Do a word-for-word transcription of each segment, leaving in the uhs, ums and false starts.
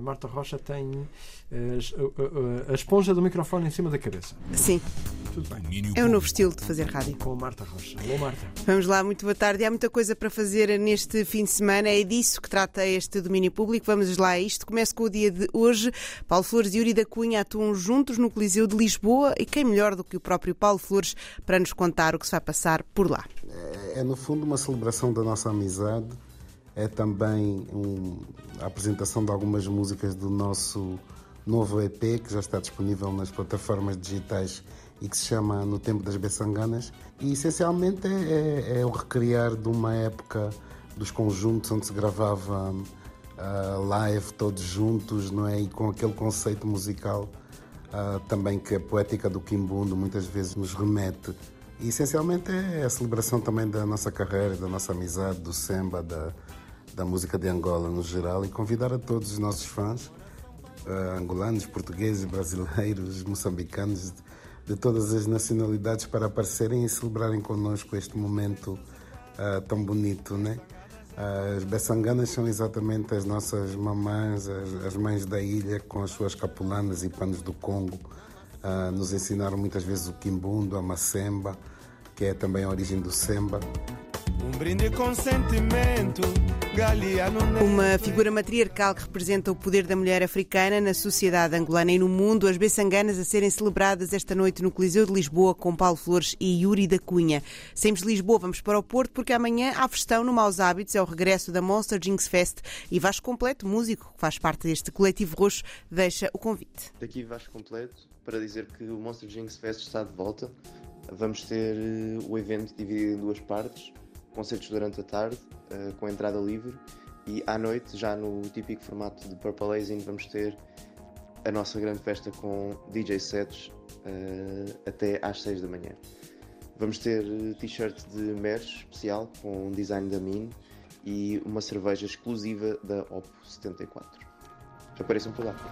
Marta Rocha tem a, a, a esponja do microfone em cima da cabeça. Sim. Tudo bem. É o novo estilo de fazer rádio. Com a Marta Rocha. Alô, Marta. Vamos lá, muito boa tarde. Há muita coisa para fazer neste fim de semana. É disso que trata este domínio público. Vamos lá a isto. Começo com o dia de hoje. Paulo Flores e Yuri da Cunha atuam juntos no Coliseu de Lisboa e quem melhor do que o próprio Paulo Flores para nos contar o que se vai passar por lá. É, é no fundo uma celebração da nossa amizade. É também um, a apresentação de algumas músicas do nosso novo E P, que já está disponível nas plataformas digitais e que se chama No Tempo das Beçanganas. E essencialmente é, é, é o recriar de uma época dos conjuntos onde se gravava uh, live todos juntos, não é? E com aquele conceito musical uh, também que a poética do Quimbundo muitas vezes nos remete. E essencialmente é a celebração também da nossa carreira, da nossa amizade, do samba, da, da música de Angola no geral, e convidar a todos os nossos fãs, uh, angolanos, portugueses, brasileiros, moçambicanos, de, de todas as nacionalidades, para aparecerem e celebrarem connosco este momento uh, tão bonito, né? Uh, as beçanganas são exatamente as nossas mamãs, as, as mães da ilha, com as suas capulanas e panos do Congo. Uh, nos ensinaram muitas vezes o quimbundo, a macemba, que é também a origem do semba. Um brinde com sentimento, uma figura matriarcal que representa o poder da mulher africana na sociedade angolana e no mundo. As beçanganas a serem celebradas esta noite no Coliseu de Lisboa com Paulo Flores e Yuri da Cunha. Saímos de Lisboa, vamos para o Porto, porque amanhã há festão no Maus Hábitos. É o regresso da Monster Jinx Fest e Vasco Completo, músico que faz parte deste coletivo roxo, deixa o convite. Daqui Vasco Completo para dizer que o Monster Jinx Fest está de volta. Vamos ter o evento dividido em duas partes. Concertos durante a tarde, uh, com entrada livre, e à noite, já no típico formato de Purple Haze, vamos ter a nossa grande festa com D J sets uh, até às seis da manhã. Vamos ter t-shirt de merch especial com um design da Min e uma cerveja exclusiva da Oppo setenta e quatro. Apareçam por lá.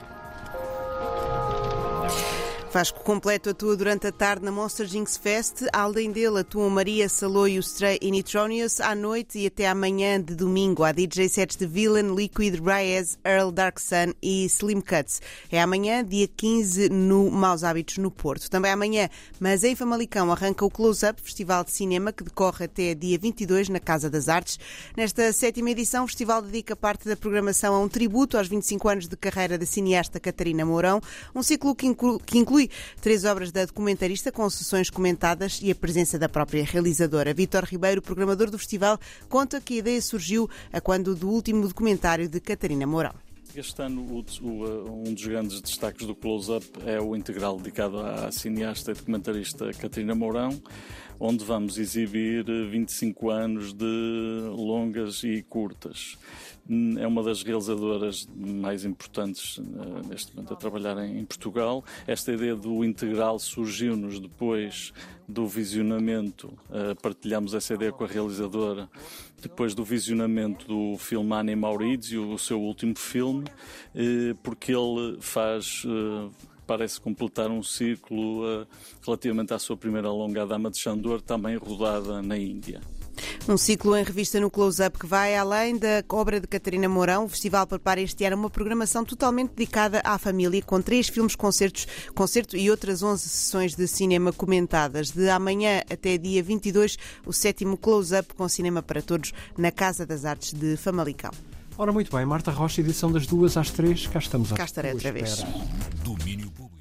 Vasco Completo atua durante a tarde na Monster Jinx Fest. Além dele atuam Maria Salô e o Stray e Nitronius. À noite e até amanhã de domingo há D J sets de Villain, Liquid, Reyes, Earl, Dark Sun e Slim Cuts. É amanhã, dia quinze, no Maus Hábitos, no Porto. Também amanhã, mas em Famalicão, arranca o Close Up, festival de cinema que decorre até dia vinte e dois na Casa das Artes. Nesta sétima edição, o festival dedica parte da programação a um tributo aos vinte e cinco anos de carreira da cineasta Catarina Mourão. Um ciclo que inclui, que inclui três obras da documentarista com sessões comentadas e a presença da própria realizadora. Vítor Ribeiro, programador do festival, conta que a ideia surgiu a quando do último documentário de Catarina Mourão. Este ano, o, o, um dos grandes destaques do Close Up é o integral dedicado à cineasta e documentarista Catarina Mourão, onde vamos exibir vinte e cinco anos de longas e curtas. É uma das realizadoras mais importantes uh, neste momento a trabalhar em, em Portugal. Esta ideia do integral surgiu-nos depois do visionamento, uh, partilhamos essa ideia com a realizadora, depois do visionamento do filme Annie Maurizio, o seu último filme, uh, porque ele faz... Uh, parece completar um ciclo uh, relativamente à sua primeira longa, A Dama de Chandor, também rodada na Índia. Um ciclo em revista no Close Up que vai além da obra de Catarina Mourão. O festival prepara este ano uma programação totalmente dedicada à família, com três filmes, concertos, concerto e outras onze sessões de cinema comentadas. De amanhã até dia vinte e dois, o sétimo Close Up com cinema para todos na Casa das Artes de Famalicão. Ora, muito bem, Marta Rocha, edição das duas às três, cá estamos. Cá estarei outra vez. Domínio público.